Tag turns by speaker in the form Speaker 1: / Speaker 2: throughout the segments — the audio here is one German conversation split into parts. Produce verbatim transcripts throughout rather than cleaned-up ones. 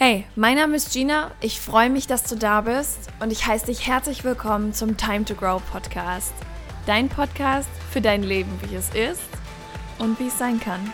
Speaker 1: Hey, mein Name ist Gina, ich freue mich, dass du da bist und ich heiße dich herzlich willkommen zum Time to Grow Podcast. Dein Podcast für dein Leben, wie es ist und wie es sein kann.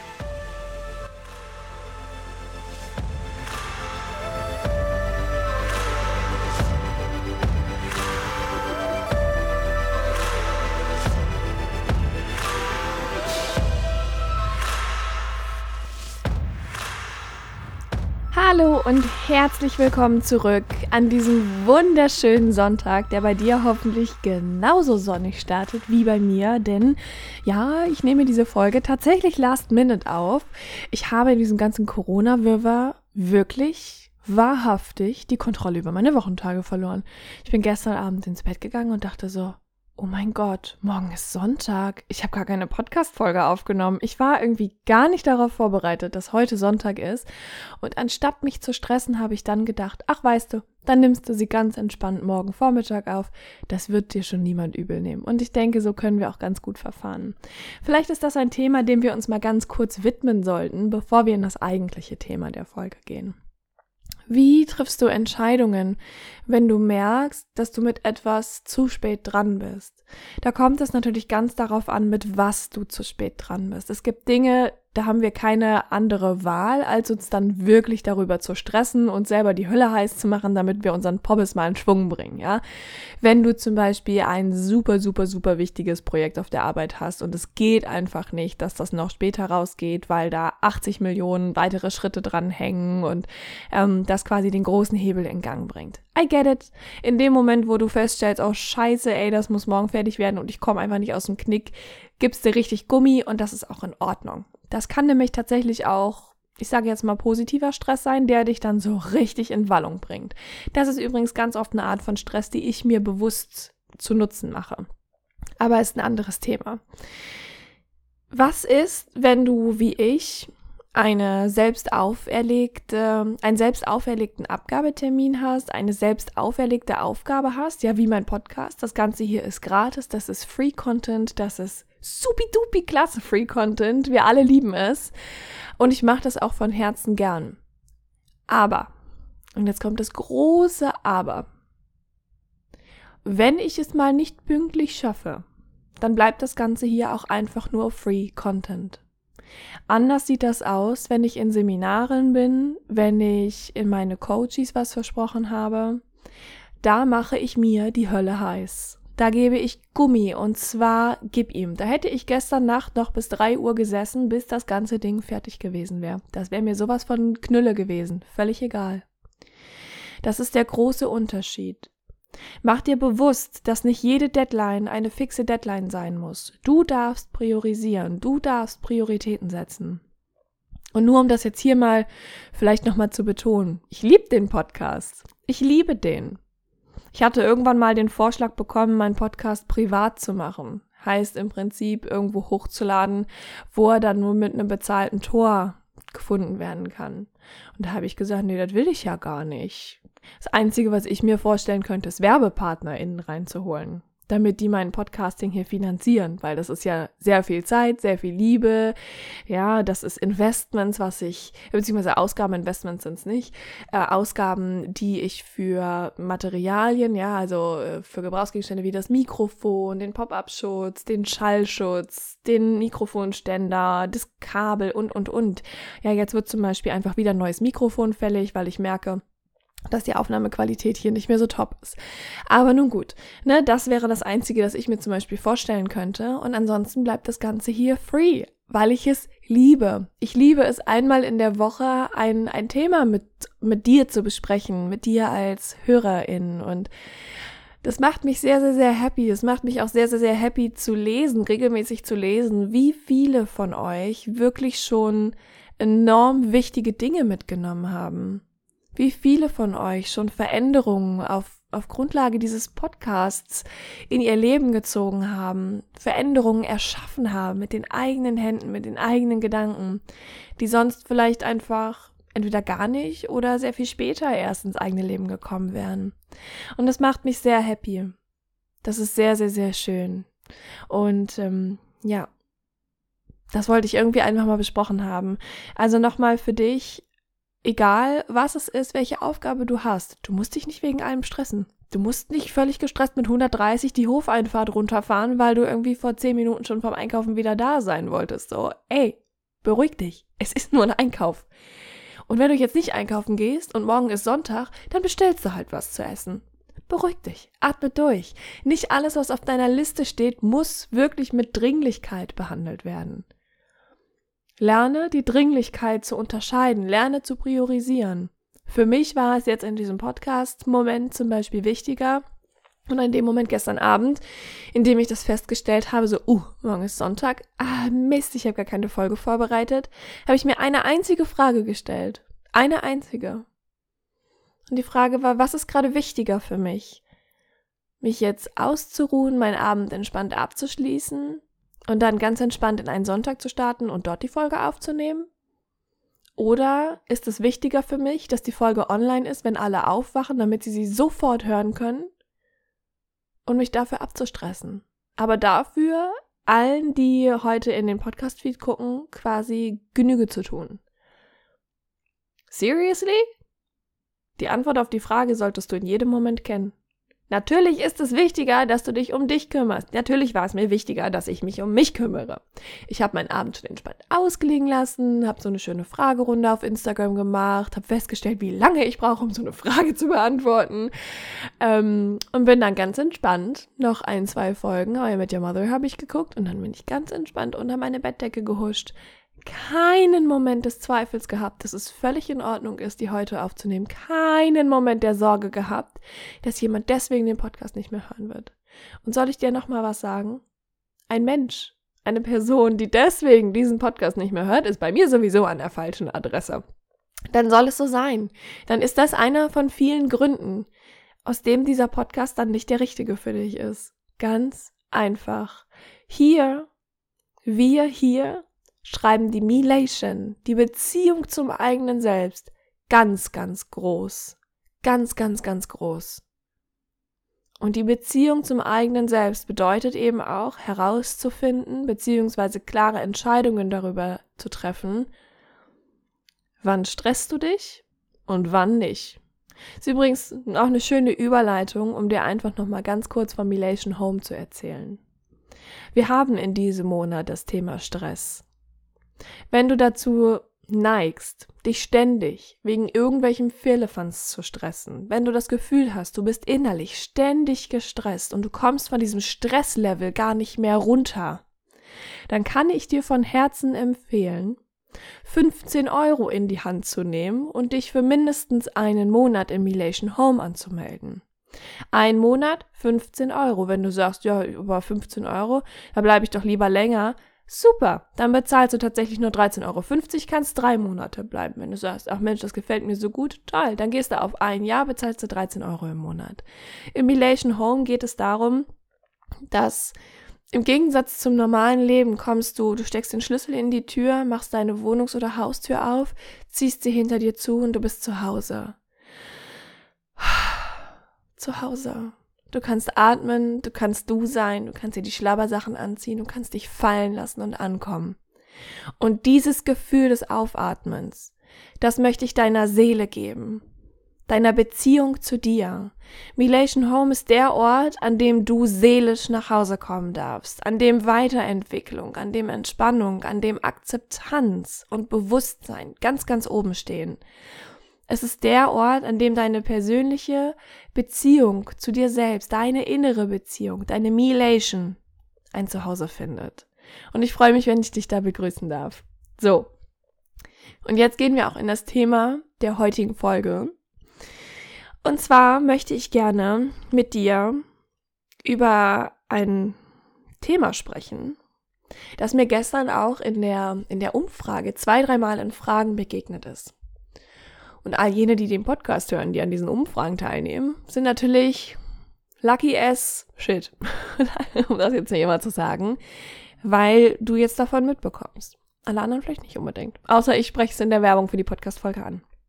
Speaker 1: Hallo und herzlich willkommen zurück an diesem wunderschönen Sonntag, der bei dir hoffentlich genauso sonnig startet wie bei mir, denn ja, ich nehme diese Folge tatsächlich last minute auf. Ich habe in diesem ganzen Corona-Wirrwarr wirklich wahrhaftig die Kontrolle über meine Wochentage verloren. Ich bin gestern Abend ins Bett gegangen und dachte so, oh mein Gott, morgen ist Sonntag. Ich habe gar keine Podcast-Folge aufgenommen. Ich war irgendwie gar nicht darauf vorbereitet, dass heute Sonntag ist. Und anstatt mich zu stressen, habe ich dann gedacht, ach weißt du, dann nimmst du sie ganz entspannt morgen Vormittag auf. Das wird dir schon niemand übel nehmen. Und ich denke, so können wir auch ganz gut verfahren. Vielleicht ist das ein Thema, dem wir uns mal ganz kurz widmen sollten, bevor wir in das eigentliche Thema der Folge gehen. Wie triffst du Entscheidungen, wenn du merkst, dass du mit etwas zu spät dran bist? Da kommt es natürlich ganz darauf an, mit was du zu spät dran bist. Es gibt Dinge, da haben wir keine andere Wahl, als uns dann wirklich darüber zu stressen und selber die Hölle heiß zu machen, damit wir unseren Poppes mal in Schwung bringen, ja. Wenn du zum Beispiel ein super, super, super wichtiges Projekt auf der Arbeit hast und es geht einfach nicht, dass das noch später rausgeht, weil da achtzig Millionen weitere Schritte dran hängen und ähm, das quasi den großen Hebel in Gang bringt. I get it. In dem Moment, wo du feststellst, oh scheiße, ey, das muss morgen fertig werden und ich komme einfach nicht aus dem Knick, gibst du richtig Gummi und das ist auch in Ordnung. Das kann nämlich tatsächlich auch, ich sage jetzt mal, positiver Stress sein, der dich dann so richtig in Wallung bringt. Das ist übrigens ganz oft eine Art von Stress, die ich mir bewusst zu Nutzen mache. Aber ist ein anderes Thema. Was ist, wenn du, wie ich, eine selbst auferlegte, einen selbst auferlegten Abgabetermin hast, eine selbst auferlegte Aufgabe hast, ja, wie mein Podcast. Das Ganze hier ist gratis, das ist Free Content, das ist supi-dupi klasse Free Content. Wir alle lieben es. Und ich mache das auch von Herzen gern. Aber, und jetzt kommt das große Aber, wenn ich es mal nicht pünktlich schaffe, dann bleibt das Ganze hier auch einfach nur Free Content. Anders sieht das aus, wenn ich in Seminaren bin, wenn ich in meine Coaches was versprochen habe. Da mache ich mir die Hölle heiß. Da gebe ich Gummi und zwar gib ihm. Da hätte ich gestern Nacht noch bis drei Uhr gesessen, bis das ganze Ding fertig gewesen wäre. Das wäre mir sowas von Knülle gewesen. Völlig egal. Das ist der große Unterschied. Mach dir bewusst, dass nicht jede Deadline eine fixe Deadline sein muss. Du darfst priorisieren, du darfst Prioritäten setzen. Und nur um das jetzt hier mal vielleicht nochmal zu betonen, ich liebe den Podcast. Ich liebe den. Ich hatte irgendwann mal den Vorschlag bekommen, meinen Podcast privat zu machen. Heißt im Prinzip irgendwo hochzuladen, wo er dann nur mit einem bezahlten Tor gefunden werden kann. Und da habe ich gesagt, nee, das will ich ja gar nicht. Das Einzige, was ich mir vorstellen könnte, ist WerbepartnerInnen reinzuholen, damit die mein Podcasting hier finanzieren, weil das ist ja sehr viel Zeit, sehr viel Liebe, ja, das ist Investments, was ich, beziehungsweise Ausgaben, Investments sind es nicht, äh, Ausgaben, die ich für Materialien, ja, also äh, für Gebrauchsgegenstände wie das Mikrofon, den Pop-up-Schutz, den Schallschutz, den Mikrofonständer, das Kabel und, und, und. Ja, jetzt wird zum Beispiel einfach wieder ein neues Mikrofon fällig, weil ich merke, dass die Aufnahmequalität hier nicht mehr so top ist. Aber nun gut, ne, das wäre das Einzige, das ich mir zum Beispiel vorstellen könnte. Und ansonsten bleibt das Ganze hier free, weil ich es liebe. Ich liebe es, einmal in der Woche ein, ein Thema mit, mit dir zu besprechen, mit dir als Hörerin. Und das macht mich sehr, sehr, sehr happy. Es macht mich auch sehr, sehr, sehr happy zu lesen, regelmäßig zu lesen, wie viele von euch wirklich schon enorm wichtige Dinge mitgenommen haben. Wie viele von euch schon Veränderungen auf, auf Grundlage dieses Podcasts in ihr Leben gezogen haben, Veränderungen erschaffen haben mit den eigenen Händen, mit den eigenen Gedanken, die sonst vielleicht einfach entweder gar nicht oder sehr viel später erst ins eigene Leben gekommen wären. Und das macht mich sehr happy. Das ist sehr, sehr, sehr schön. Und ähm, ja, das wollte ich irgendwie einfach mal besprochen haben. Also nochmal für dich, Egal, was es ist, welche Aufgabe du hast, du musst dich nicht wegen allem stressen. Du musst nicht völlig gestresst mit hundertdreißig die Hofeinfahrt runterfahren, weil du irgendwie vor zehn Minuten schon vom Einkaufen wieder da sein wolltest. So, ey, beruhig dich. Es ist nur ein Einkauf. Und wenn du jetzt nicht einkaufen gehst und morgen ist Sonntag, dann bestellst du halt was zu essen. Beruhig dich, atme durch. Nicht alles, was auf deiner Liste steht, muss wirklich mit Dringlichkeit behandelt werden. Lerne die Dringlichkeit zu unterscheiden, lerne zu priorisieren. Für mich war es jetzt in diesem Podcast-Moment zum Beispiel wichtiger und in dem Moment gestern Abend, in dem ich das festgestellt habe, so, uh, morgen ist Sonntag, ah Mist, ich habe gar keine Folge vorbereitet, habe ich mir eine einzige Frage gestellt. Eine einzige. Und die Frage war, was ist gerade wichtiger für mich? Mich jetzt auszuruhen, meinen Abend entspannt abzuschließen und dann ganz entspannt in einen Sonntag zu starten und dort die Folge aufzunehmen? Oder ist es wichtiger für mich, dass die Folge online ist, wenn alle aufwachen, damit sie sie sofort hören können und mich dafür abzustressen? Aber dafür allen, die heute in den Podcast-Feed gucken, quasi Genüge zu tun. Seriously? Die Antwort auf die Frage solltest du in jedem Moment kennen. Natürlich ist es wichtiger, dass du dich um dich kümmerst. Natürlich war es mir wichtiger, dass ich mich um mich kümmere. Ich habe meinen Abend schon entspannt ausklingen lassen, habe so eine schöne Fragerunde auf Instagram gemacht, habe festgestellt, wie lange ich brauche, um so eine Frage zu beantworten. Ähm, und bin dann ganz entspannt, noch ein, zwei Folgen How I Met Your Mother habe ich geguckt und dann bin ich ganz entspannt unter meine Bettdecke gehuscht. Keinen Moment des Zweifels gehabt, dass es völlig in Ordnung ist, die heute aufzunehmen. Keinen Moment der Sorge gehabt, dass jemand deswegen den Podcast nicht mehr hören wird. Und soll ich dir noch mal was sagen? Ein Mensch, eine Person, die deswegen diesen Podcast nicht mehr hört, ist bei mir sowieso an der falschen Adresse. Dann soll es so sein. Dann ist das einer von vielen Gründen, aus dem dieser Podcast dann nicht der richtige für dich ist. Ganz einfach. Hier, wir hier, schreiben die Milation, die Beziehung zum eigenen Selbst, ganz, ganz groß. Ganz, ganz, ganz groß. Und die Beziehung zum eigenen Selbst bedeutet eben auch herauszufinden, beziehungsweise klare Entscheidungen darüber zu treffen, wann stresst du dich und wann nicht. Das ist übrigens auch eine schöne Überleitung, um dir einfach nochmal ganz kurz von Milation Home zu erzählen. Wir haben in diesem Monat das Thema Stress. Wenn du dazu neigst, dich ständig wegen irgendwelchen Firlefanz zu stressen, wenn du das Gefühl hast, du bist innerlich ständig gestresst und du kommst von diesem Stresslevel gar nicht mehr runter, dann kann ich dir von Herzen empfehlen, fünfzehn Euro in die Hand zu nehmen und dich für mindestens einen Monat im Milation Home anzumelden. Ein Monat, fünfzehn Euro. Wenn du sagst, ja, über fünfzehn Euro, da bleibe ich doch lieber länger. Super, dann bezahlst du tatsächlich nur dreizehn Euro fünfzig, kannst drei Monate bleiben. Wenn du sagst, ach Mensch, das gefällt mir so gut, toll, dann gehst du auf ein Jahr, bezahlst du dreizehn Euro im Monat. Im Milation Home geht es darum, dass im Gegensatz zum normalen Leben kommst du, du steckst den Schlüssel in die Tür, machst deine Wohnungs- oder Haustür auf, ziehst sie hinter dir zu und du bist zu Hause. Zu Hause. Du kannst atmen, du kannst du sein, du kannst dir die Schlabbersachen anziehen, du kannst dich fallen lassen und ankommen. Und dieses Gefühl des Aufatmens, das möchte ich deiner Seele geben, deiner Beziehung zu dir. Milation Home ist der Ort, an dem du seelisch nach Hause kommen darfst, an dem Weiterentwicklung, an dem Entspannung, an dem Akzeptanz und Bewusstsein ganz, ganz oben stehen. Es ist der Ort, an dem deine persönliche Beziehung zu dir selbst, deine innere Beziehung, deine Milation ein Zuhause findet. Und ich freue mich, wenn ich dich da begrüßen darf. So, und jetzt gehen wir auch in das Thema der heutigen Folge. Und zwar möchte ich gerne mit dir über ein Thema sprechen, das mir gestern auch in der, in der Umfrage zwei, dreimal in Fragen begegnet ist. Und all jene, die den Podcast hören, die an diesen Umfragen teilnehmen, sind natürlich lucky as shit, um das jetzt nicht immer zu sagen, weil du jetzt davon mitbekommst. Alle anderen vielleicht nicht unbedingt. Außer ich spreche es in der Werbung für die Podcast-Folge an.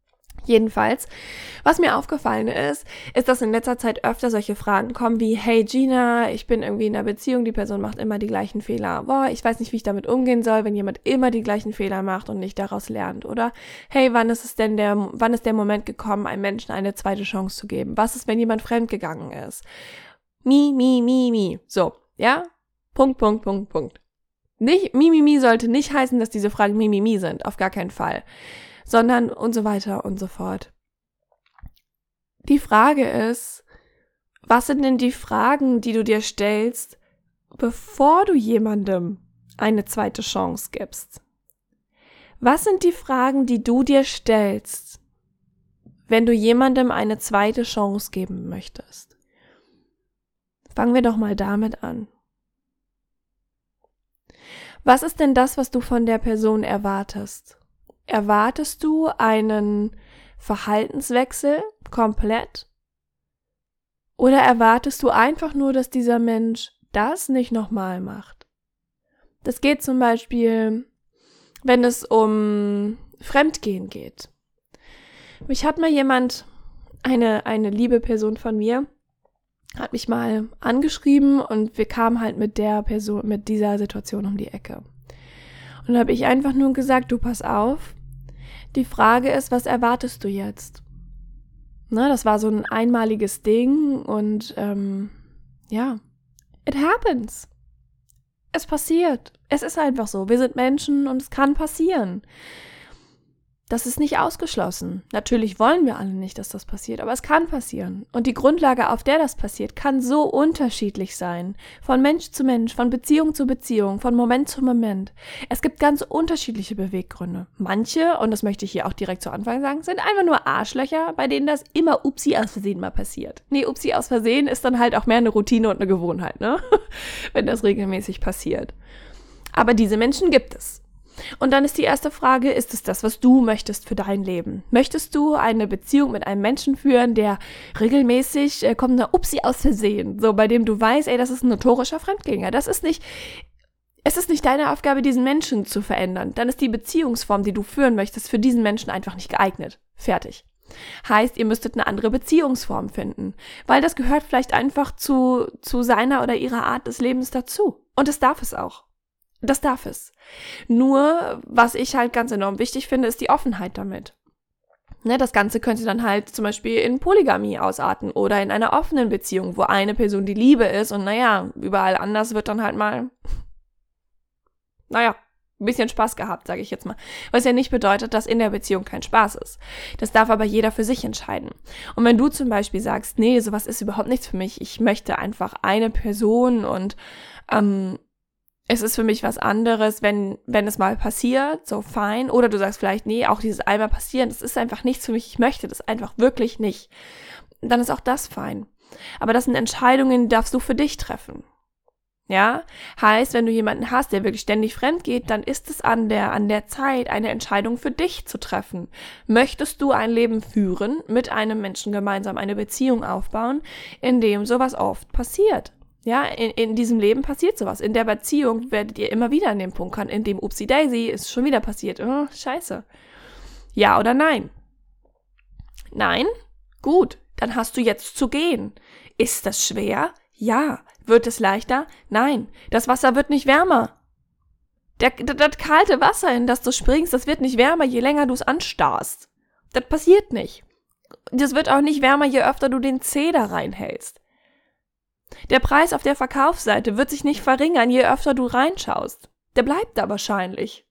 Speaker 1: Jedenfalls, was mir aufgefallen ist, ist, dass in letzter Zeit öfter solche Fragen kommen wie, hey Gina, ich bin irgendwie in einer Beziehung, die Person macht immer die gleichen Fehler. Boah, ich weiß nicht, wie ich damit umgehen soll, wenn jemand immer die gleichen Fehler macht und nicht daraus lernt. Oder, hey, wann ist es denn der, wann ist der Moment gekommen, einem Menschen eine zweite Chance zu geben? Was ist, wenn jemand fremdgegangen ist? Mi, mi, mi, mi. So, ja? Punkt, Punkt, Punkt, Punkt. Nicht, mi, mi, mi sollte nicht heißen, dass diese Fragen mi, mi, mi sind. Auf gar keinen Fall. Sondern und so weiter und so fort. Die Frage ist, was sind denn die Fragen, die du dir stellst, bevor du jemandem eine zweite Chance gibst? Was sind die Fragen, die du dir stellst, wenn du jemandem eine zweite Chance geben möchtest? Fangen wir doch mal damit an. Was ist denn das, was du von der Person erwartest? Erwartest du einen Verhaltenswechsel komplett? Oder erwartest du einfach nur, dass dieser Mensch das nicht nochmal macht? Das geht zum Beispiel, wenn es um Fremdgehen geht. Mich hat mal jemand, eine, eine liebe Person von mir, hat mich mal angeschrieben und wir kamen halt mit der Person, mit dieser Situation um die Ecke. Und dann habe ich einfach nur gesagt, du pass auf, die Frage ist, was erwartest du jetzt? Na, das war so ein einmaliges Ding und ähm, ja, it happens. Es passiert. Es ist einfach so. Wir sind Menschen und es kann passieren. Das ist nicht ausgeschlossen. Natürlich wollen wir alle nicht, dass das passiert, aber es kann passieren. Und die Grundlage, auf der das passiert, kann so unterschiedlich sein. Von Mensch zu Mensch, von Beziehung zu Beziehung, von Moment zu Moment. Es gibt ganz unterschiedliche Beweggründe. Manche, und das möchte ich hier auch direkt zu Anfang sagen, sind einfach nur Arschlöcher, bei denen das immer upsi aus Versehen mal passiert. Nee, upsi aus Versehen ist dann halt auch mehr eine Routine und eine Gewohnheit, ne? Wenn das regelmäßig passiert. Aber diese Menschen gibt es. Und dann ist die erste Frage, ist es das, was du möchtest für dein Leben? Möchtest du eine Beziehung mit einem Menschen führen, der regelmäßig, äh, kommt eine Upsi aus Versehen, so bei dem du weißt, ey, das ist ein notorischer Fremdgänger. Das ist nicht, es ist nicht deine Aufgabe, diesen Menschen zu verändern. Dann ist die Beziehungsform, die du führen möchtest, für diesen Menschen einfach nicht geeignet. Fertig. Heißt, ihr müsstet eine andere Beziehungsform finden, weil das gehört vielleicht einfach zu, zu seiner oder ihrer Art des Lebens dazu. Und das darf es auch. Das darf es. Nur, was ich halt ganz enorm wichtig finde, ist die Offenheit damit. Ne, das Ganze könnte dann halt zum Beispiel in Polygamie ausarten oder in einer offenen Beziehung, wo eine Person die Liebe ist und naja, überall anders wird dann halt mal, naja, ein bisschen Spaß gehabt, sage ich jetzt mal. Was ja nicht bedeutet, dass in der Beziehung kein Spaß ist. Das darf aber jeder für sich entscheiden. Und wenn du zum Beispiel sagst, nee, sowas ist überhaupt nichts für mich, ich möchte einfach eine Person und ähm, es ist für mich was anderes, wenn wenn es mal passiert, so fein. Oder du sagst vielleicht, nee, auch dieses einmal passieren, das ist einfach nichts für mich, ich möchte das einfach wirklich nicht. Dann ist auch das fein. Aber das sind Entscheidungen, die darfst du für dich treffen. Ja, heißt, wenn du jemanden hast, der wirklich ständig fremd geht, dann ist es an der, an der Zeit, eine Entscheidung für dich zu treffen. Möchtest du ein Leben führen, mit einem Menschen gemeinsam eine Beziehung aufbauen, in dem sowas oft passiert? Ja, in, in diesem Leben passiert sowas. In der Beziehung werdet ihr immer wieder an den Punkt kommen, in dem Upsi Daisy ist schon wieder passiert. Oh, scheiße. Ja oder nein? Nein? Gut, dann hast du jetzt zu gehen. Ist das schwer? Ja. Wird es leichter? Nein. Das Wasser wird nicht wärmer. Der, das, das kalte Wasser, in das du springst, das wird nicht wärmer, je länger du es anstarrst. Das passiert nicht. Das wird auch nicht wärmer, je öfter du den Zeh da reinhältst. Der Preis auf der Verkaufsseite wird sich nicht verringern, je öfter du reinschaust. Der bleibt da wahrscheinlich.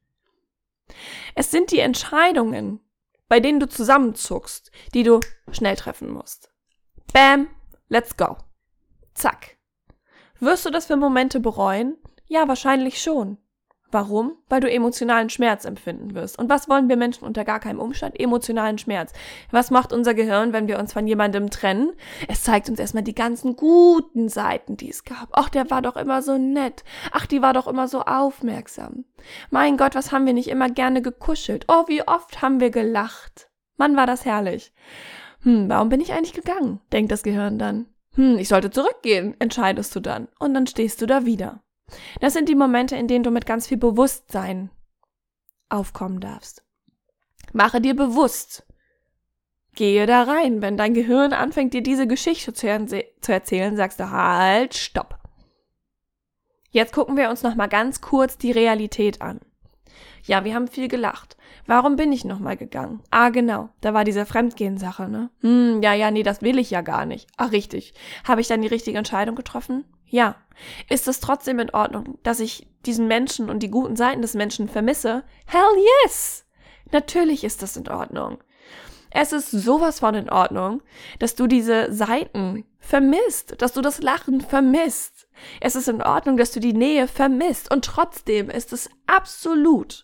Speaker 1: Es sind die Entscheidungen, bei denen du zusammenzuckst, die du schnell treffen musst. Bam, let's go. Zack. Wirst du das für Momente bereuen? Ja, wahrscheinlich schon. Warum? Weil du emotionalen Schmerz empfinden wirst. Und was wollen wir Menschen unter gar keinem Umstand? Emotionalen Schmerz. Was macht unser Gehirn, wenn wir uns von jemandem trennen? Es zeigt uns erstmal die ganzen guten Seiten, die es gab. Ach, der war doch immer so nett. Ach, die war doch immer so aufmerksam. Mein Gott, was haben wir nicht immer gerne gekuschelt? Oh, wie oft haben wir gelacht. Mann, war das herrlich. Hm, warum bin ich eigentlich gegangen? Denkt das Gehirn dann. Hm, ich sollte zurückgehen, entscheidest du dann. Und dann stehst du da wieder. Das sind die Momente, in denen du mit ganz viel Bewusstsein aufkommen darfst. Mache dir bewusst, Gehe da rein. Wenn dein Gehirn anfängt, dir diese Geschichte zu, erse- zu erzählen, sagst du halt, stopp. Jetzt gucken wir uns nochmal ganz kurz die Realität an. Ja, wir haben viel gelacht. Warum bin ich nochmal gegangen? Ah, genau, da war diese Fremdgehen-Sache, ne? Hm, ja, ja, nee, das will ich ja gar nicht. Ach, richtig. Habe ich dann die richtige Entscheidung getroffen? Ja. Ist es trotzdem in Ordnung, dass ich diesen Menschen und die guten Seiten des Menschen vermisse? Hell yes! Natürlich ist das in Ordnung. Es ist sowas von in Ordnung, dass du diese Seiten vermisst, dass du das Lachen vermisst. Es ist in Ordnung, dass du die Nähe vermisst. Und trotzdem ist es absolut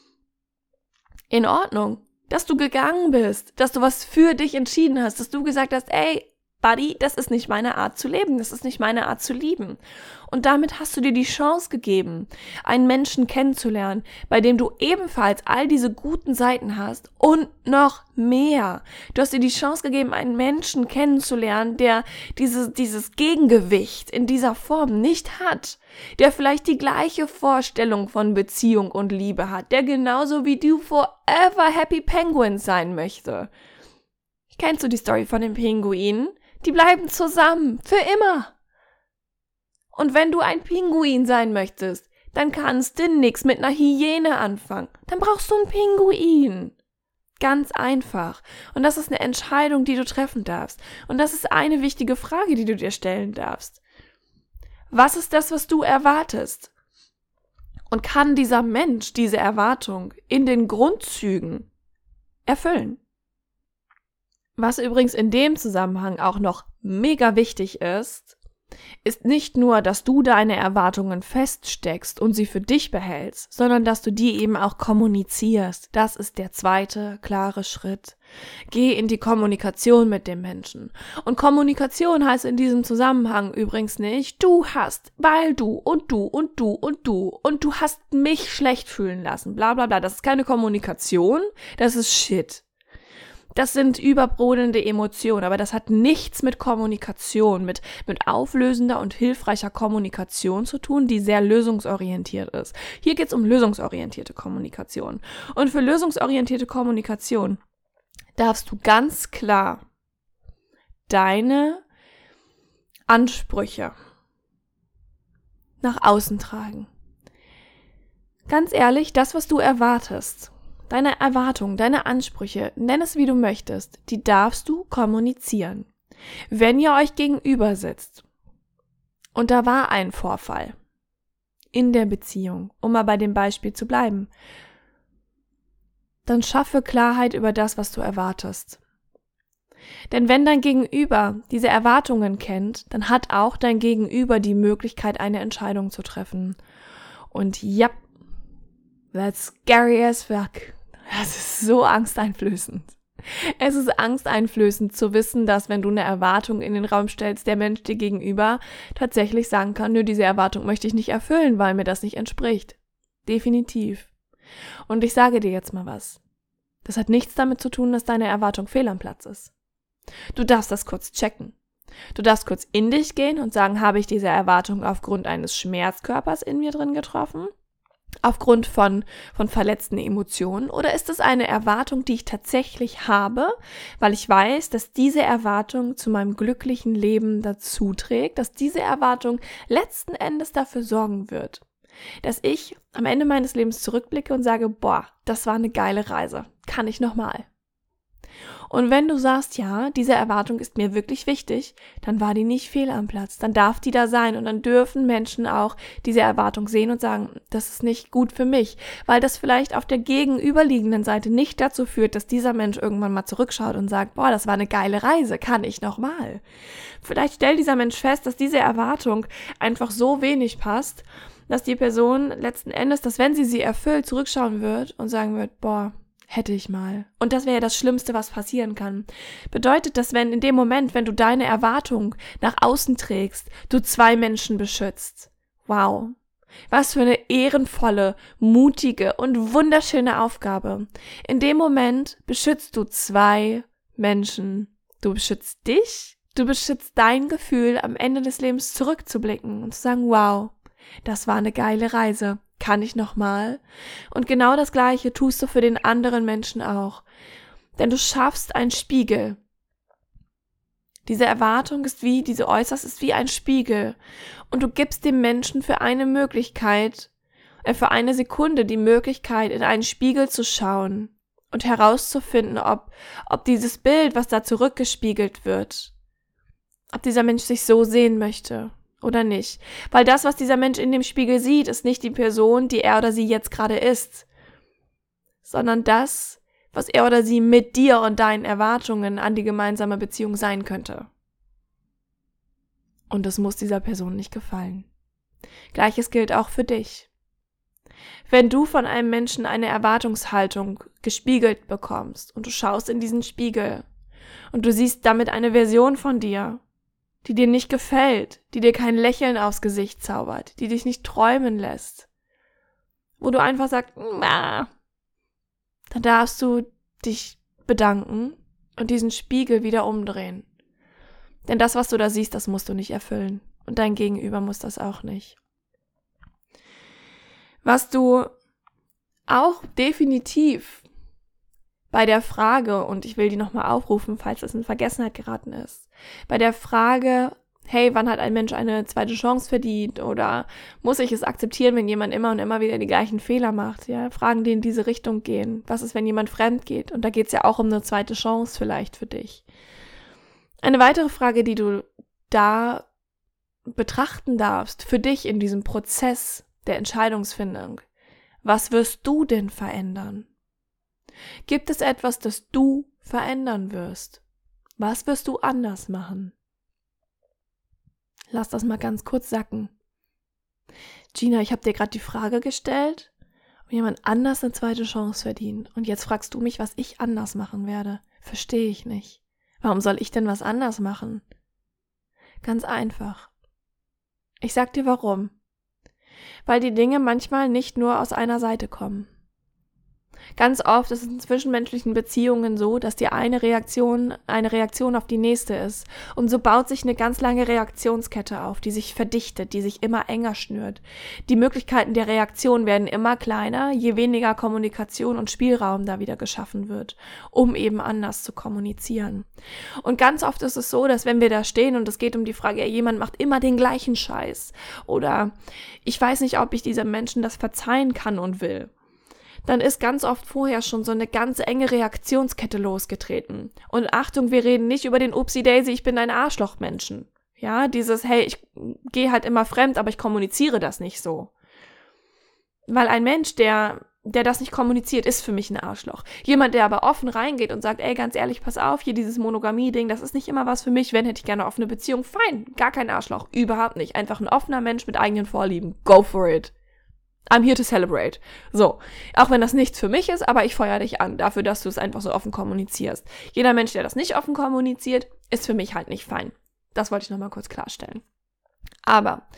Speaker 1: in Ordnung, dass du gegangen bist, dass du was für dich entschieden hast, dass du gesagt hast, ey, Buddy, das ist nicht meine Art zu leben, das ist nicht meine Art zu lieben. Und damit hast du dir die Chance gegeben, einen Menschen kennenzulernen, bei dem du ebenfalls all diese guten Seiten hast und noch mehr. Du hast dir die Chance gegeben, einen Menschen kennenzulernen, der dieses, dieses Gegengewicht in dieser Form nicht hat, der vielleicht die gleiche Vorstellung von Beziehung und Liebe hat, der genauso wie du forever happy penguin sein möchte. Kennst du die Story von den Pinguinen? Die bleiben zusammen, für immer. Und wenn du ein Pinguin sein möchtest, dann kannst du nix mit einer Hyäne anfangen. Dann brauchst du einen Pinguin. Ganz einfach. Und das ist eine Entscheidung, die du treffen darfst. Und das ist eine wichtige Frage, die du dir stellen darfst. Was ist das, was du erwartest? Und kann dieser Mensch diese Erwartung in den Grundzügen erfüllen? Was übrigens in dem Zusammenhang auch noch mega wichtig ist, ist nicht nur, dass du deine Erwartungen feststeckst und sie für dich behältst, sondern dass du die eben auch kommunizierst. Das ist der zweite klare Schritt. Geh in die Kommunikation mit dem Menschen. Und Kommunikation heißt in diesem Zusammenhang übrigens nicht, du hast, weil du und du und du und du und du hast mich schlecht fühlen lassen, bla bla bla. Das ist keine Kommunikation, das ist Shit. Das sind überbrodelnde Emotionen, aber das hat nichts mit Kommunikation, mit, mit auflösender und hilfreicher Kommunikation zu tun, die sehr lösungsorientiert ist. Hier geht es um lösungsorientierte Kommunikation. Und für lösungsorientierte Kommunikation darfst du ganz klar deine Ansprüche nach außen tragen. Ganz ehrlich, das, was du erwartest, deine Erwartungen, deine Ansprüche, nenn es wie du möchtest, die darfst du kommunizieren. Wenn ihr euch gegenüber sitzt und da war ein Vorfall in der Beziehung, um mal bei dem Beispiel zu bleiben, dann schaffe Klarheit über das, was du erwartest. Denn wenn dein Gegenüber diese Erwartungen kennt, dann hat auch dein Gegenüber die Möglichkeit, eine Entscheidung zu treffen. Und ja, that's scary as fuck. Das ist so angsteinflößend. Es ist angsteinflößend zu wissen, dass wenn du eine Erwartung in den Raum stellst, der Mensch dir gegenüber tatsächlich sagen kann, nö, diese Erwartung möchte ich nicht erfüllen, weil mir das nicht entspricht. Definitiv. Und ich sage dir jetzt mal was. Das hat nichts damit zu tun, dass deine Erwartung fehl am Platz ist. Du darfst das kurz checken. Du darfst kurz in dich gehen und sagen, habe ich diese Erwartung aufgrund eines Schmerzkörpers in mir drin getroffen? Aufgrund von, von verletzten Emotionen? Oder ist es eine Erwartung, die ich tatsächlich habe, weil ich weiß, dass diese Erwartung zu meinem glücklichen Leben dazu trägt, dass diese Erwartung letzten Endes dafür sorgen wird, dass ich am Ende meines Lebens zurückblicke und sage, boah, das war eine geile Reise, kann ich nochmal. Und wenn du sagst, ja, diese Erwartung ist mir wirklich wichtig, dann war die nicht fehl am Platz, dann darf die da sein und dann dürfen Menschen auch diese Erwartung sehen und sagen, das ist nicht gut für mich, weil das vielleicht auf der gegenüberliegenden Seite nicht dazu führt, dass dieser Mensch irgendwann mal zurückschaut und sagt, boah, das war eine geile Reise, kann ich nochmal. Vielleicht stellt dieser Mensch fest, dass diese Erwartung einfach so wenig passt, dass die Person letzten Endes, dass wenn sie sie erfüllt, zurückschauen wird und sagen wird, boah, hätte ich mal. Und das wäre ja das Schlimmste, was passieren kann. Bedeutet das, wenn in dem Moment, wenn du deine Erwartung nach außen trägst, du zwei Menschen beschützt. Wow. Was für eine ehrenvolle, mutige und wunderschöne Aufgabe. In dem Moment beschützt du zwei Menschen. Du beschützt dich, du beschützt dein Gefühl, am Ende des Lebens zurückzublicken und zu sagen, wow, das war eine geile Reise. Kann ich nochmal? Und genau das Gleiche tust du für den anderen Menschen auch. Denn du schaffst einen Spiegel. Diese Erwartung ist wie, diese Äußerst ist wie ein Spiegel. Und du gibst dem Menschen für eine Möglichkeit, äh, für eine Sekunde die Möglichkeit, in einen Spiegel zu schauen und herauszufinden, ob, ob dieses Bild, was da zurückgespiegelt wird, ob dieser Mensch sich so sehen möchte oder nicht. Weil das, was dieser Mensch in dem Spiegel sieht, ist nicht die Person, die er oder sie jetzt gerade ist, sondern das, was er oder sie mit dir und deinen Erwartungen an die gemeinsame Beziehung sein könnte. Und das muss dieser Person nicht gefallen. Gleiches gilt auch für dich. Wenn du von einem Menschen eine Erwartungshaltung gespiegelt bekommst und du schaust in diesen Spiegel und du siehst damit eine Version von dir, die dir nicht gefällt, die dir kein Lächeln aufs Gesicht zaubert, die dich nicht träumen lässt, wo du einfach sagst, na, dann darfst du dich bedanken und diesen Spiegel wieder umdrehen. Denn das, was du da siehst, das musst du nicht erfüllen. Und dein Gegenüber muss das auch nicht. Was du auch definitiv bei der Frage, und ich will die nochmal aufrufen, falls es in Vergessenheit geraten ist, bei der Frage, hey, wann hat ein Mensch eine zweite Chance verdient oder muss ich es akzeptieren, wenn jemand immer und immer wieder die gleichen Fehler macht? Ja, Fragen, die in diese Richtung gehen. Was ist, wenn jemand fremd geht? Und da geht es ja auch um eine zweite Chance vielleicht für dich. Eine weitere Frage, die du da betrachten darfst, für dich in diesem Prozess der Entscheidungsfindung. Was wirst du denn verändern? Gibt es etwas, das du verändern wirst? Was wirst du anders machen? Lass das mal ganz kurz sacken. Gina, ich habe dir gerade die Frage gestellt, ob jemand anders eine zweite Chance verdient. Und jetzt fragst du mich, was ich anders machen werde. Verstehe ich nicht. Warum soll ich denn was anders machen? Ganz einfach. Ich sag dir warum. Weil die Dinge manchmal nicht nur aus einer Seite kommen. Ganz oft ist es in zwischenmenschlichen Beziehungen so, dass die eine Reaktion eine Reaktion auf die nächste ist. Und so baut sich eine ganz lange Reaktionskette auf, die sich verdichtet, die sich immer enger schnürt. Die Möglichkeiten der Reaktion werden immer kleiner, je weniger Kommunikation und Spielraum da wieder geschaffen wird, um eben anders zu kommunizieren. Und ganz oft ist es so, dass wenn wir da stehen und es geht um die Frage, ja, jemand macht immer den gleichen Scheiß oder ich weiß nicht, ob ich diesem Menschen das verzeihen kann und will, dann ist ganz oft vorher schon so eine ganz enge Reaktionskette losgetreten. Und Achtung, wir reden nicht über den Upsi-Daisy, ich bin ein Arschloch-Menschen. Ja, dieses, hey, ich gehe halt immer fremd, aber ich kommuniziere das nicht so. Weil ein Mensch, der, der das nicht kommuniziert, ist für mich ein Arschloch. Jemand, der aber offen reingeht und sagt, ey, ganz ehrlich, pass auf, hier dieses Monogamie-Ding, das ist nicht immer was für mich, wenn hätte ich gerne eine offene Beziehung. Fein, gar kein Arschloch, überhaupt nicht. Einfach ein offener Mensch mit eigenen Vorlieben. Go for it. I'm here to celebrate. So, auch wenn das nichts für mich ist, aber ich feuer dich an, dafür, dass du es einfach so offen kommunizierst. Jeder Mensch, der das nicht offen kommuniziert, ist für mich halt nicht fein. Das wollte ich nochmal kurz klarstellen. Aber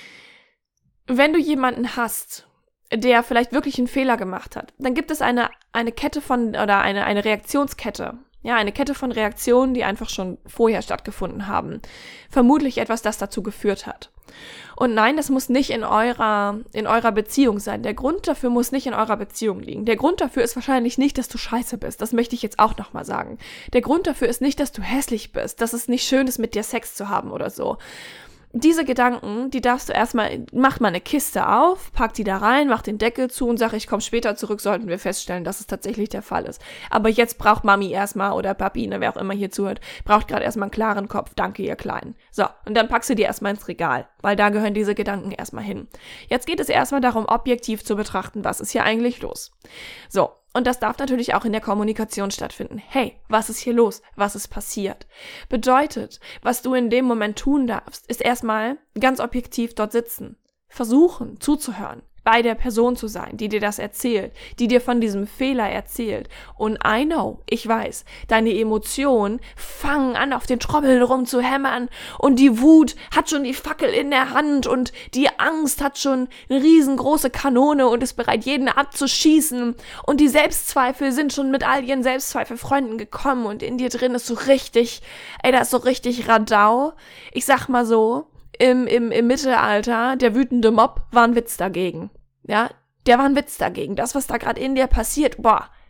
Speaker 1: wenn du jemanden hast, der vielleicht wirklich einen Fehler gemacht hat, dann gibt es eine, eine Kette von, oder eine, eine Reaktionskette. Ja, eine Kette von Reaktionen, die einfach schon vorher stattgefunden haben. Vermutlich etwas, das dazu geführt hat. Und nein, das muss nicht in eurer, in eurer Beziehung sein. Der Grund dafür muss nicht in eurer Beziehung liegen. Der Grund dafür ist wahrscheinlich nicht, dass du scheiße bist. Das möchte ich jetzt auch nochmal sagen. Der Grund dafür ist nicht, dass du hässlich bist, dass es nicht schön ist, mit dir Sex zu haben oder so. Diese Gedanken, die darfst du erstmal, mach mal eine Kiste auf, pack die da rein, mach den Deckel zu und sag, ich komme später zurück, sollten wir feststellen, dass es tatsächlich der Fall ist. Aber jetzt braucht Mami erstmal, oder Papi, ne, wer auch immer hier zuhört, braucht gerade erstmal einen klaren Kopf, danke ihr Kleinen. So, und dann packst du die erstmal ins Regal, weil da gehören diese Gedanken erstmal hin. Jetzt geht es erstmal darum, objektiv zu betrachten, was ist hier eigentlich los. So. Und das darf natürlich auch in der Kommunikation stattfinden. Hey, was ist hier los? Was ist passiert? Bedeutet, was du in dem Moment tun darfst, ist erstmal ganz objektiv dort sitzen. Versuchen, zuzuhören, bei der Person zu sein, die dir das erzählt, die dir von diesem Fehler erzählt. Und I know, ich weiß, deine Emotionen fangen an, auf den Trommeln rumzuhämmern und die Wut hat schon die Fackel in der Hand und die Angst hat schon eine riesengroße Kanone und ist bereit, jeden abzuschießen und die Selbstzweifel sind schon mit all ihren Selbstzweifelfreunden gekommen und in dir drin ist so richtig, ey, da ist so richtig Radau. Ich sag mal so, Im, im, im Mittelalter, der wütende Mob war ein Witz dagegen. Ja, der war ein Witz dagegen. Das, was da gerade in dir passiert, boah,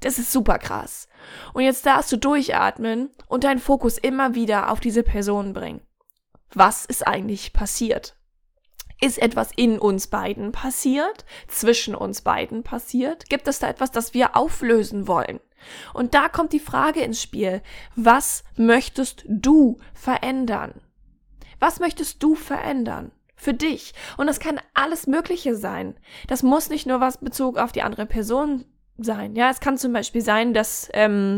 Speaker 1: Das ist super krass. Und jetzt darfst du durchatmen und deinen Fokus immer wieder auf diese Person bringen. Was ist eigentlich passiert? Ist etwas in uns beiden passiert? Zwischen uns beiden passiert? Gibt es da etwas, das wir auflösen wollen? Und da kommt die Frage ins Spiel. Was möchtest du verändern? Was möchtest du verändern? Für dich. Und das kann alles Mögliche sein. Das muss nicht nur was Bezug auf die andere Person sein. Ja, es kann zum Beispiel sein, dass ähm,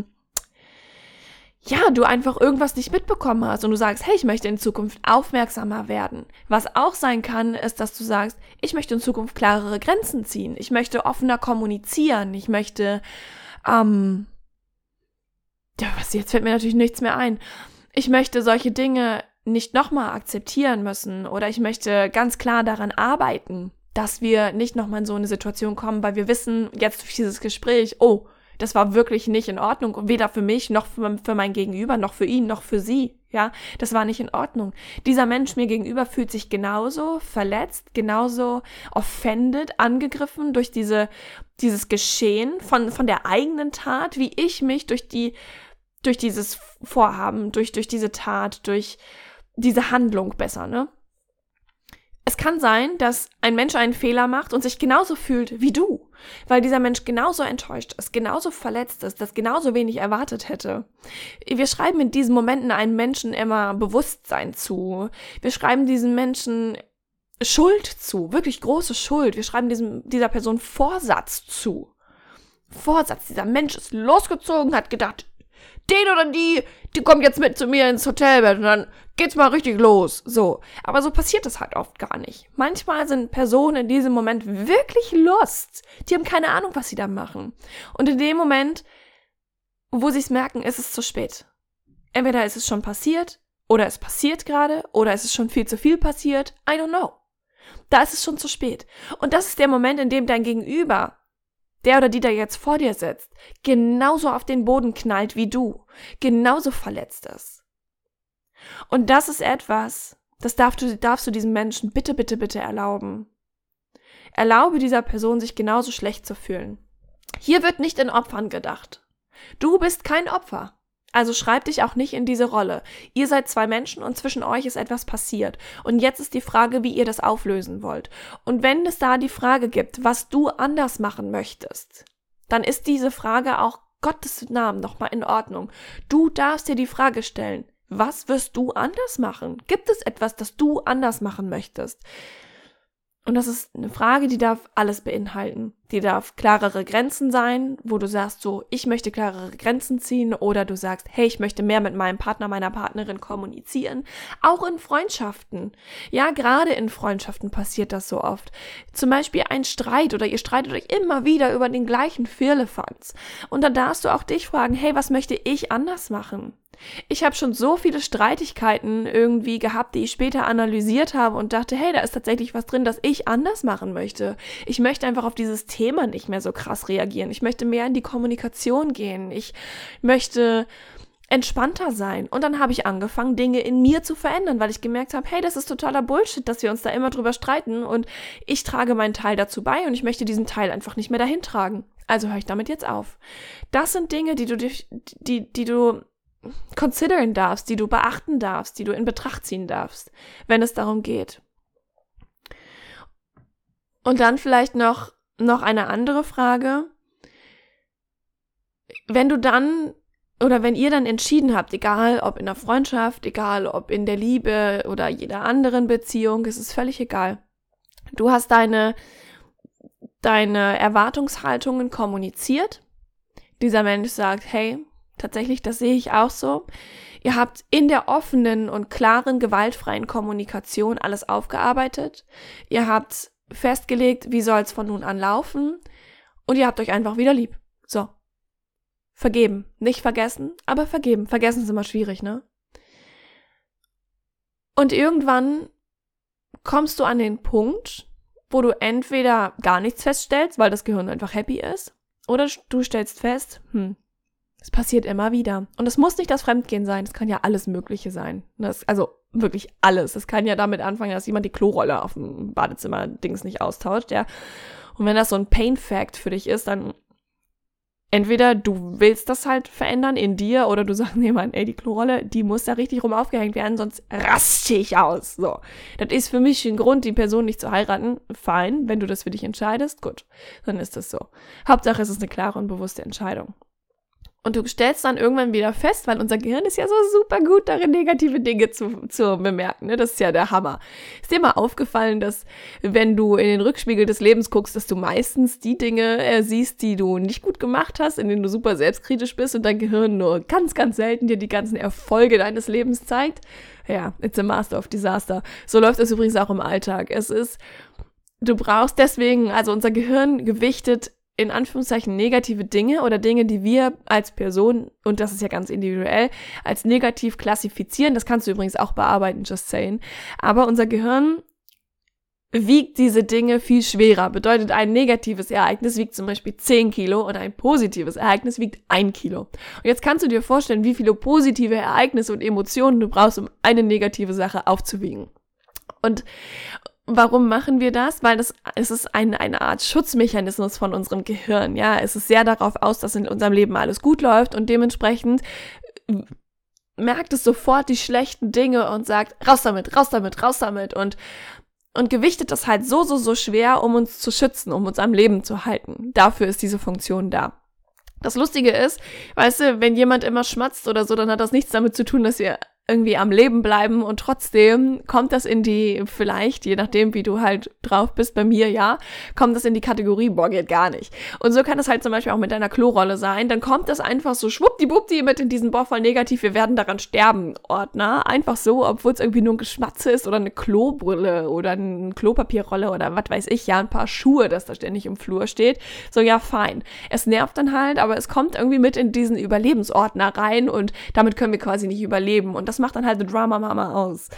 Speaker 1: ja, du einfach irgendwas nicht mitbekommen hast und du sagst, hey, ich möchte in Zukunft aufmerksamer werden. Was auch sein kann, ist, dass du sagst, ich möchte in Zukunft klarere Grenzen ziehen. Ich möchte offener kommunizieren. Ich möchte, ähm, ja, was, jetzt fällt mir natürlich nichts mehr ein. Ich möchte solche Dinge nicht nochmal akzeptieren müssen oder ich möchte ganz klar daran arbeiten, dass wir nicht nochmal in so eine Situation kommen, weil wir wissen jetzt durch dieses Gespräch, oh, das war wirklich nicht in Ordnung, weder für mich, noch für, für mein Gegenüber, noch für ihn, noch für sie, ja, das war nicht in Ordnung. Dieser Mensch mir gegenüber fühlt sich genauso verletzt, genauso offended, angegriffen durch diese, dieses Geschehen von, von der eigenen Tat, wie ich mich durch die, durch dieses Vorhaben, durch, durch diese Tat, durch diese Handlung besser, ne? Es kann sein, dass ein Mensch einen Fehler macht und sich genauso fühlt wie du, weil dieser Mensch genauso enttäuscht ist, genauso verletzt ist, das genauso wenig erwartet hätte. Wir schreiben in diesen Momenten einem Menschen immer Bewusstsein zu. Wir schreiben diesen Menschen Schuld zu, wirklich große Schuld. Wir schreiben diesem, dieser Person Vorsatz zu. Vorsatz, dieser Mensch ist losgezogen, hat gedacht, den oder die, die kommt jetzt mit zu mir ins Hotelbett und dann geht's mal richtig los. So. Aber so passiert es halt oft gar nicht. Manchmal sind Personen in diesem Moment wirklich lost. Die haben keine Ahnung, was sie da machen. Und in dem Moment, wo sie es merken, ist es zu spät. Entweder ist es schon passiert, oder es passiert gerade, oder es ist schon viel zu viel passiert. I don't know. Da ist es schon zu spät. Und das ist der Moment, in dem dein Gegenüber, der oder die da jetzt vor dir sitzt, genauso auf den Boden knallt wie du, genauso verletzt ist. Und das ist etwas, das darfst du, darfst du diesem Menschen bitte, bitte, bitte erlauben. Erlaube dieser Person, sich genauso schlecht zu fühlen. Hier wird nicht in Opfern gedacht. Du bist kein Opfer. Also schreib dich auch nicht in diese Rolle. Ihr seid zwei Menschen und zwischen euch ist etwas passiert. Und jetzt ist die Frage, wie ihr das auflösen wollt. Und wenn es da die Frage gibt, was du anders machen möchtest, dann ist diese Frage auch Gottes Namen nochmal in Ordnung. Du darfst dir die Frage stellen, was wirst du anders machen? Gibt es etwas, das du anders machen möchtest? Und das ist eine Frage, die darf alles beinhalten. Die darf klarere Grenzen sein, wo du sagst so, ich möchte klarere Grenzen ziehen, oder du sagst, hey, ich möchte mehr mit meinem Partner, meiner Partnerin kommunizieren. Auch in Freundschaften. Ja, gerade in Freundschaften passiert das so oft. Zum Beispiel ein Streit oder ihr streitet euch immer wieder über den gleichen Firlefanz. Und dann darfst du auch dich fragen, hey, was möchte ich anders machen? Ich habe schon so viele Streitigkeiten irgendwie gehabt, die ich später analysiert habe und dachte, hey, da ist tatsächlich was drin, das ich anders machen möchte. Ich möchte einfach auf dieses Thema nicht mehr so krass reagieren. Ich möchte mehr in die Kommunikation gehen. Ich möchte entspannter sein. Und dann habe ich angefangen, Dinge in mir zu verändern, weil ich gemerkt habe, hey, das ist totaler Bullshit, dass wir uns da immer drüber streiten und ich trage meinen Teil dazu bei und ich möchte diesen Teil einfach nicht mehr dahin tragen. Also höre ich damit jetzt auf. Das sind Dinge, die du, die, die, die du consideren darfst, die du beachten darfst, die du in Betracht ziehen darfst, wenn es darum geht. Und dann vielleicht noch, noch eine andere Frage. Wenn du dann, oder wenn ihr dann entschieden habt, egal ob in der Freundschaft, egal ob in der Liebe oder jeder anderen Beziehung, es ist völlig egal. Du hast deine, deine Erwartungshaltungen kommuniziert. Dieser Mensch sagt, hey, tatsächlich, das sehe ich auch so. Ihr habt in der offenen und klaren, gewaltfreien Kommunikation alles aufgearbeitet. Ihr habt festgelegt, wie soll es von nun an laufen. Und ihr habt euch einfach wieder lieb. So. Vergeben. Nicht vergessen, aber vergeben. Vergessen ist immer schwierig, ne? Und irgendwann kommst du an den Punkt, wo du entweder gar nichts feststellst, weil das Gehirn einfach happy ist, oder du stellst fest, hm, es passiert immer wieder. Und es muss nicht das Fremdgehen sein, es kann ja alles Mögliche sein. Das, also wirklich alles. Es kann ja damit anfangen, dass jemand die Klorolle auf dem Badezimmer-Dings nicht austauscht, ja. Und wenn das so ein Pain-Fact für dich ist, dann entweder du willst das halt verändern in dir oder du sagst, nee, Mann, ey, die Klorolle, die muss da richtig rum aufgehängt werden, sonst raste ich aus. So, das ist für mich ein Grund, die Person nicht zu heiraten. Fein, wenn du das für dich entscheidest, gut, dann ist das so. Hauptsache, es ist eine klare und bewusste Entscheidung. Und du stellst dann irgendwann wieder fest, weil unser Gehirn ist ja so super gut darin, negative Dinge zu, zu bemerken. Ne? Das ist ja der Hammer. Ist dir mal aufgefallen, dass wenn du in den Rückspiegel des Lebens guckst, dass du meistens die Dinge äh, siehst, die du nicht gut gemacht hast, in denen du super selbstkritisch bist und dein Gehirn nur ganz, ganz selten dir die ganzen Erfolge deines Lebens zeigt? Ja, it's a master of disaster. So läuft es übrigens auch im Alltag. Es ist, du brauchst deswegen, also unser Gehirn gewichtet in Anführungszeichen negative Dinge oder Dinge, die wir als Person, und das ist ja ganz individuell, als negativ klassifizieren. Das kannst du übrigens auch bearbeiten, just saying. Aber unser Gehirn wiegt diese Dinge viel schwerer. Bedeutet, ein negatives Ereignis wiegt zum Beispiel zehn Kilo und ein positives Ereignis wiegt ein Kilo. Und jetzt kannst du dir vorstellen, wie viele positive Ereignisse und Emotionen du brauchst, um eine negative Sache aufzuwiegen. Und warum machen wir das? Weil das, es ist eine, eine Art Schutzmechanismus von unserem Gehirn, ja. Es ist sehr darauf aus, dass in unserem Leben alles gut läuft und dementsprechend merkt es sofort die schlechten Dinge und sagt, raus damit, raus damit, raus damit und, und gewichtet das halt so, so, so schwer, um uns zu schützen, um uns am Leben zu halten. Dafür ist diese Funktion da. Das Lustige ist, weißt du, wenn jemand immer schmatzt oder so, dann hat das nichts damit zu tun, dass wir irgendwie am Leben bleiben und trotzdem kommt das in die, vielleicht, je nachdem, wie du halt drauf bist, bei mir, ja, kommt das in die Kategorie, boah, geht gar nicht. Und so kann das halt zum Beispiel auch mit deiner Klorolle sein, dann kommt das einfach so schwuppdiwuppdi mit in diesen, boah, voll negativ, wir werden daran sterben, Ordner, einfach so, obwohl es irgendwie nur ein Geschmatze ist oder eine Klobrille oder eine Klopapierrolle oder was weiß ich, ja, ein paar Schuhe, das da ständig im Flur steht, so, ja, fein. Es nervt dann halt, aber es kommt irgendwie mit in diesen Überlebensordner rein und damit können wir quasi nicht überleben und das Das macht dann halt eine Drama-Mama aus.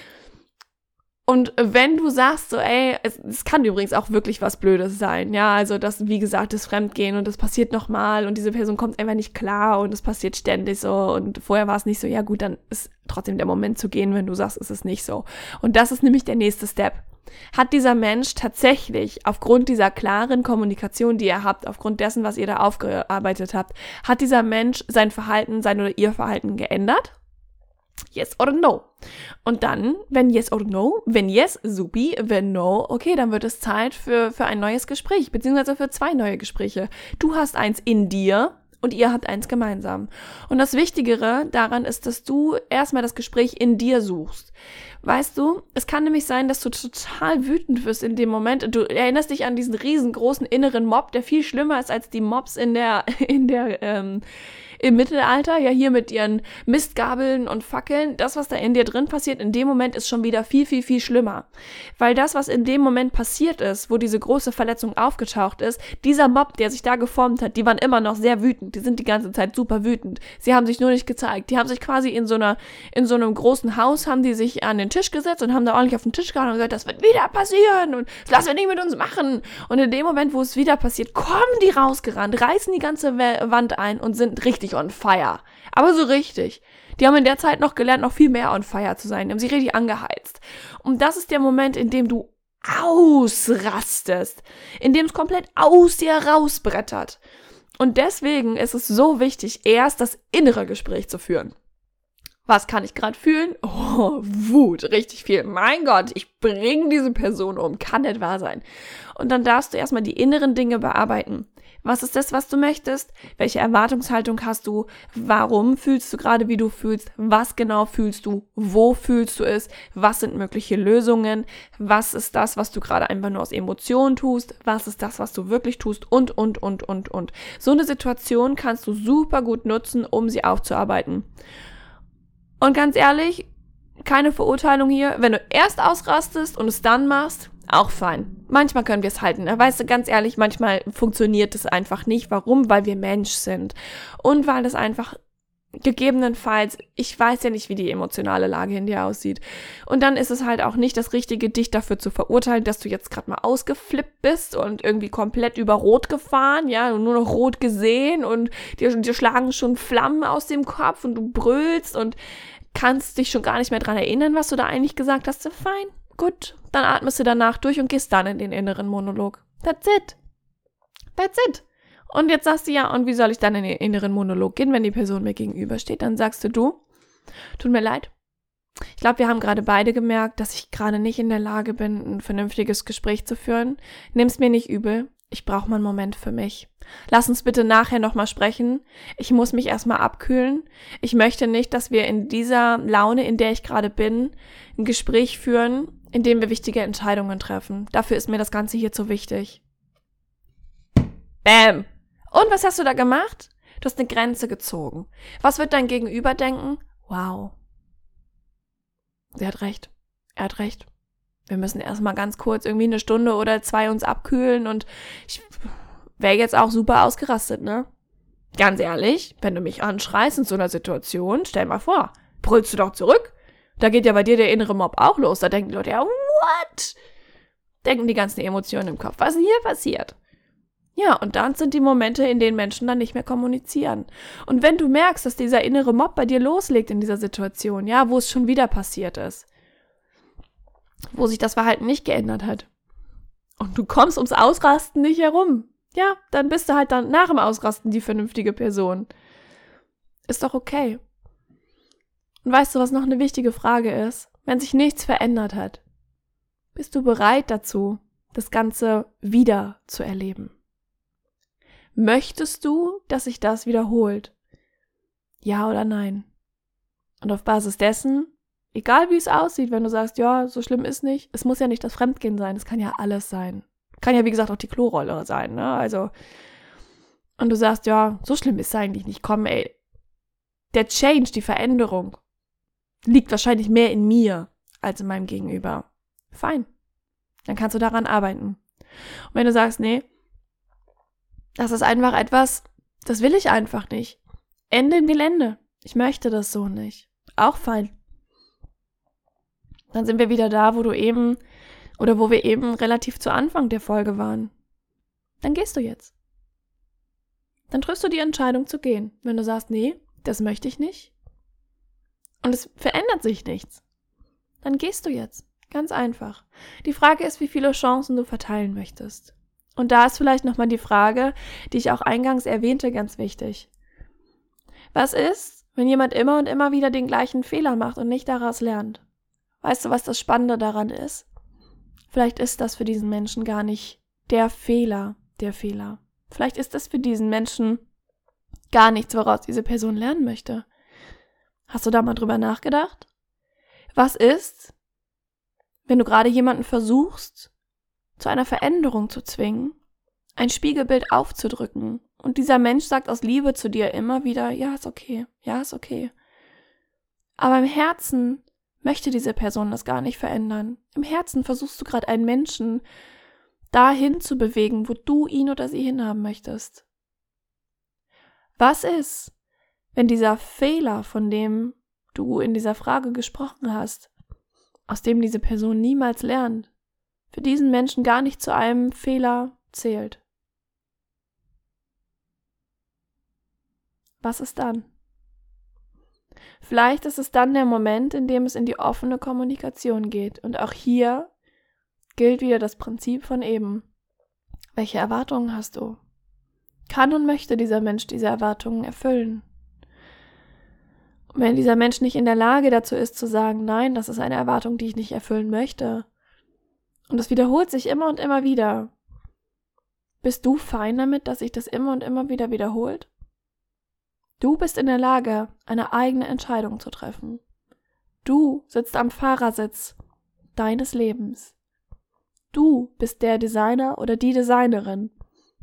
Speaker 1: Und wenn du sagst so, ey, es, es kann übrigens auch wirklich was Blödes sein, ja, also das, wie gesagt, das Fremdgehen und das passiert nochmal und diese Person kommt einfach nicht klar und es passiert ständig so und vorher war es nicht so, ja gut, dann ist trotzdem der Moment zu gehen, wenn du sagst, es ist nicht so. Und das ist nämlich der nächste Step. Hat dieser Mensch tatsächlich aufgrund dieser klaren Kommunikation, die ihr habt, aufgrund dessen, was ihr da aufgearbeitet habt, hat dieser Mensch sein Verhalten, sein oder ihr Verhalten geändert? Yes or no. Und dann, wenn yes or no, wenn yes, supi, wenn no, okay, dann wird es Zeit für, für ein neues Gespräch, beziehungsweise für zwei neue Gespräche. Du hast eins in dir und ihr habt eins gemeinsam. Und das Wichtigere daran ist, dass du erstmal das Gespräch in dir suchst. Weißt du, es kann nämlich sein, dass du total wütend wirst in dem Moment. Du erinnerst dich an diesen riesengroßen inneren Mob, der viel schlimmer ist als die Mobs in der, in der, ähm, im Mittelalter, ja hier mit ihren Mistgabeln und Fackeln. Das, was da in dir drin passiert, in dem Moment ist schon wieder viel, viel, viel schlimmer. Weil das, was in dem Moment passiert ist, wo diese große Verletzung aufgetaucht ist, dieser Mob, der sich da geformt hat, die waren immer noch sehr wütend. Die sind die ganze Zeit super wütend. Sie haben sich nur nicht gezeigt. Die haben sich quasi in so einer, in so einem großen Haus, haben die sich an den Tisch gesetzt und haben da ordentlich auf den Tisch gehauen und gesagt, das wird wieder passieren und das lassen wir nicht mit uns machen. Und in dem Moment, wo es wieder passiert, kommen die rausgerannt, reißen die ganze Wand ein und sind richtig on fire. Aber so richtig. Die haben in der Zeit noch gelernt, noch viel mehr on fire zu sein. Die haben sich richtig angeheizt. Und das ist der Moment, in dem du ausrastest. In dem es komplett aus dir rausbrettert. Und deswegen ist es so wichtig, erst das innere Gespräch zu führen. Was kann ich gerade fühlen? Oh, Wut, richtig viel. Mein Gott, ich bringe diese Person um. Kann nicht wahr sein. Und dann darfst du erstmal die inneren Dinge bearbeiten. Was ist das, was du möchtest? Welche Erwartungshaltung hast du? Warum fühlst du gerade, wie du fühlst? Was genau fühlst du? Wo fühlst du es? Was sind mögliche Lösungen? Was ist das, was du gerade einfach nur aus Emotionen tust? Was ist das, was du wirklich tust? Und, und, und, und, und. So eine Situation kannst du super gut nutzen, um sie aufzuarbeiten. Und ganz ehrlich, keine Verurteilung hier. Wenn du erst ausrastest und es dann machst, auch fein. Manchmal können wir es halten. Weißt du, ganz ehrlich, manchmal funktioniert es einfach nicht. Warum? Weil wir Mensch sind. Und weil es einfach gegebenenfalls, ich weiß ja nicht, wie die emotionale Lage in dir aussieht. Und dann ist es halt auch nicht das Richtige, dich dafür zu verurteilen, dass du jetzt gerade mal ausgeflippt bist und irgendwie komplett über Rot gefahren, ja, und nur noch rot gesehen und dir, dir schlagen schon Flammen aus dem Kopf und du brüllst und kannst dich schon gar nicht mehr dran erinnern, was du da eigentlich gesagt hast. So, fein, gut, dann atmest du danach durch und gehst dann in den inneren Monolog. That's it. That's it. Und jetzt sagst du ja, und wie soll ich dann in den inneren Monolog gehen, wenn die Person mir gegenübersteht? Dann sagst du, du, tut mir leid. Ich glaube, wir haben gerade beide gemerkt, dass ich gerade nicht in der Lage bin, ein vernünftiges Gespräch zu führen. Nimm's mir nicht übel. Ich brauche mal einen Moment für mich. Lass uns bitte nachher nochmal sprechen. Ich muss mich erstmal abkühlen. Ich möchte nicht, dass wir in dieser Laune, in der ich gerade bin, ein Gespräch führen, in dem wir wichtige Entscheidungen treffen. Dafür ist mir das Ganze hier zu wichtig. Bäm! Und was hast du da gemacht? Du hast eine Grenze gezogen. Was wird dein Gegenüber denken? Wow. Sie hat recht. Er hat recht. Wir müssen erstmal ganz kurz irgendwie eine Stunde oder zwei uns abkühlen und ich wäre jetzt auch super ausgerastet, ne? Ganz ehrlich, wenn du mich anschreist in so einer Situation, stell mal vor, brüllst du doch zurück? Da geht ja bei dir der innere Mob auch los. Da denken die Leute, ja, what? Denken die ganzen Emotionen im Kopf. Was ist denn hier passiert? Ja, und dann sind die Momente, in denen Menschen dann nicht mehr kommunizieren. Und wenn du merkst, dass dieser innere Mob bei dir loslegt in dieser Situation, ja, wo es schon wieder passiert ist, wo sich das Verhalten nicht geändert hat, und du kommst ums Ausrasten nicht herum, ja, dann bist du halt dann nach dem Ausrasten die vernünftige Person. Ist doch okay. Und weißt du, was noch eine wichtige Frage ist? Wenn sich nichts verändert hat, bist du bereit dazu, das Ganze wieder zu erleben? Möchtest du, dass sich das wiederholt? Ja oder nein? Und auf Basis dessen, egal wie es aussieht, wenn du sagst, ja, so schlimm ist nicht, es muss ja nicht das Fremdgehen sein, es kann ja alles sein. Kann ja, wie gesagt, auch die Klorolle sein, ne? Also, und du sagst, ja, so schlimm ist es eigentlich nicht. Komm, ey, der Change, die Veränderung, liegt wahrscheinlich mehr in mir als in meinem Gegenüber. Fein. Dann kannst du daran arbeiten. Und wenn du sagst, nee, das ist einfach etwas, das will ich einfach nicht. Ende im Gelände. Ich möchte das so nicht. Auch fein. Dann sind wir wieder da, wo du eben, oder wo wir eben relativ zu Anfang der Folge waren. Dann gehst du jetzt. Dann triffst du die Entscheidung zu gehen. Wenn du sagst, nee, das möchte ich nicht. Und es verändert sich nichts. Dann gehst du jetzt. Ganz einfach. Die Frage ist, wie viele Chancen du verteilen möchtest. Und da ist vielleicht nochmal die Frage, die ich auch eingangs erwähnte, ganz wichtig. Was ist, wenn jemand immer und immer wieder den gleichen Fehler macht und nicht daraus lernt? Weißt du, was das Spannende daran ist? Vielleicht ist das für diesen Menschen gar nicht der Fehler, der Fehler. Vielleicht ist das für diesen Menschen gar nichts, woraus diese Person lernen möchte. Hast du da mal drüber nachgedacht? Was ist, wenn du gerade jemanden versuchst, zu einer Veränderung zu zwingen, ein Spiegelbild aufzudrücken und dieser Mensch sagt aus Liebe zu dir immer wieder, ja, ist okay, ja, ist okay. Aber im Herzen möchte diese Person das gar nicht verändern. Im Herzen versuchst du gerade einen Menschen dahin zu bewegen, wo du ihn oder sie hinhaben möchtest. Was ist, wenn dieser Fehler, von dem du in dieser Frage gesprochen hast, aus dem diese Person niemals lernt, für diesen Menschen gar nicht zu einem Fehler zählt? Was ist dann? Vielleicht ist es dann der Moment, in dem es in die offene Kommunikation geht. Und auch hier gilt wieder das Prinzip von eben. Welche Erwartungen hast du? Kann und möchte dieser Mensch diese Erwartungen erfüllen? Und wenn dieser Mensch nicht in der Lage dazu ist, zu sagen, nein, das ist eine Erwartung, die ich nicht erfüllen möchte, und es wiederholt sich immer und immer wieder, bist du fein damit, dass sich das immer und immer wieder wiederholt? Du bist in der Lage, eine eigene Entscheidung zu treffen. Du sitzt am Fahrersitz deines Lebens. Du bist der Designer oder die Designerin.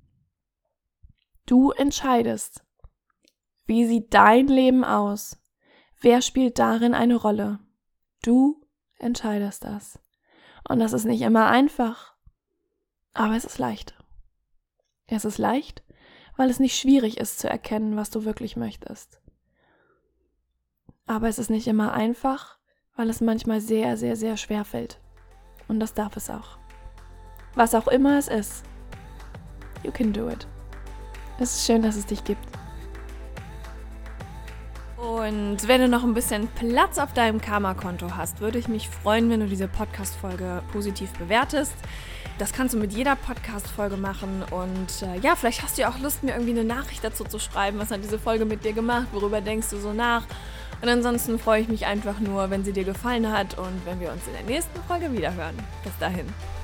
Speaker 1: Du entscheidest, wie sieht dein Leben aus? Wer spielt darin eine Rolle? Du entscheidest das. Und das ist nicht immer einfach, aber es ist leicht. Es ist leicht, weil es nicht schwierig ist zu erkennen, was du wirklich möchtest. Aber es ist nicht immer einfach, weil es manchmal sehr, sehr, sehr schwer fällt. Und das darf es auch. Was auch immer es ist, you can do it. Es ist schön, dass es dich gibt. Und wenn du noch ein bisschen Platz auf deinem Karma-Konto hast, würde ich mich freuen, wenn du diese Podcast-Folge positiv bewertest. Das kannst du mit jeder Podcast-Folge machen und äh, ja, vielleicht hast du ja auch Lust, mir irgendwie eine Nachricht dazu zu schreiben. Was hat diese Folge mit dir gemacht? Worüber denkst du so nach? Und ansonsten freue ich mich einfach nur, wenn sie dir gefallen hat und wenn wir uns in der nächsten Folge wiederhören. Bis dahin.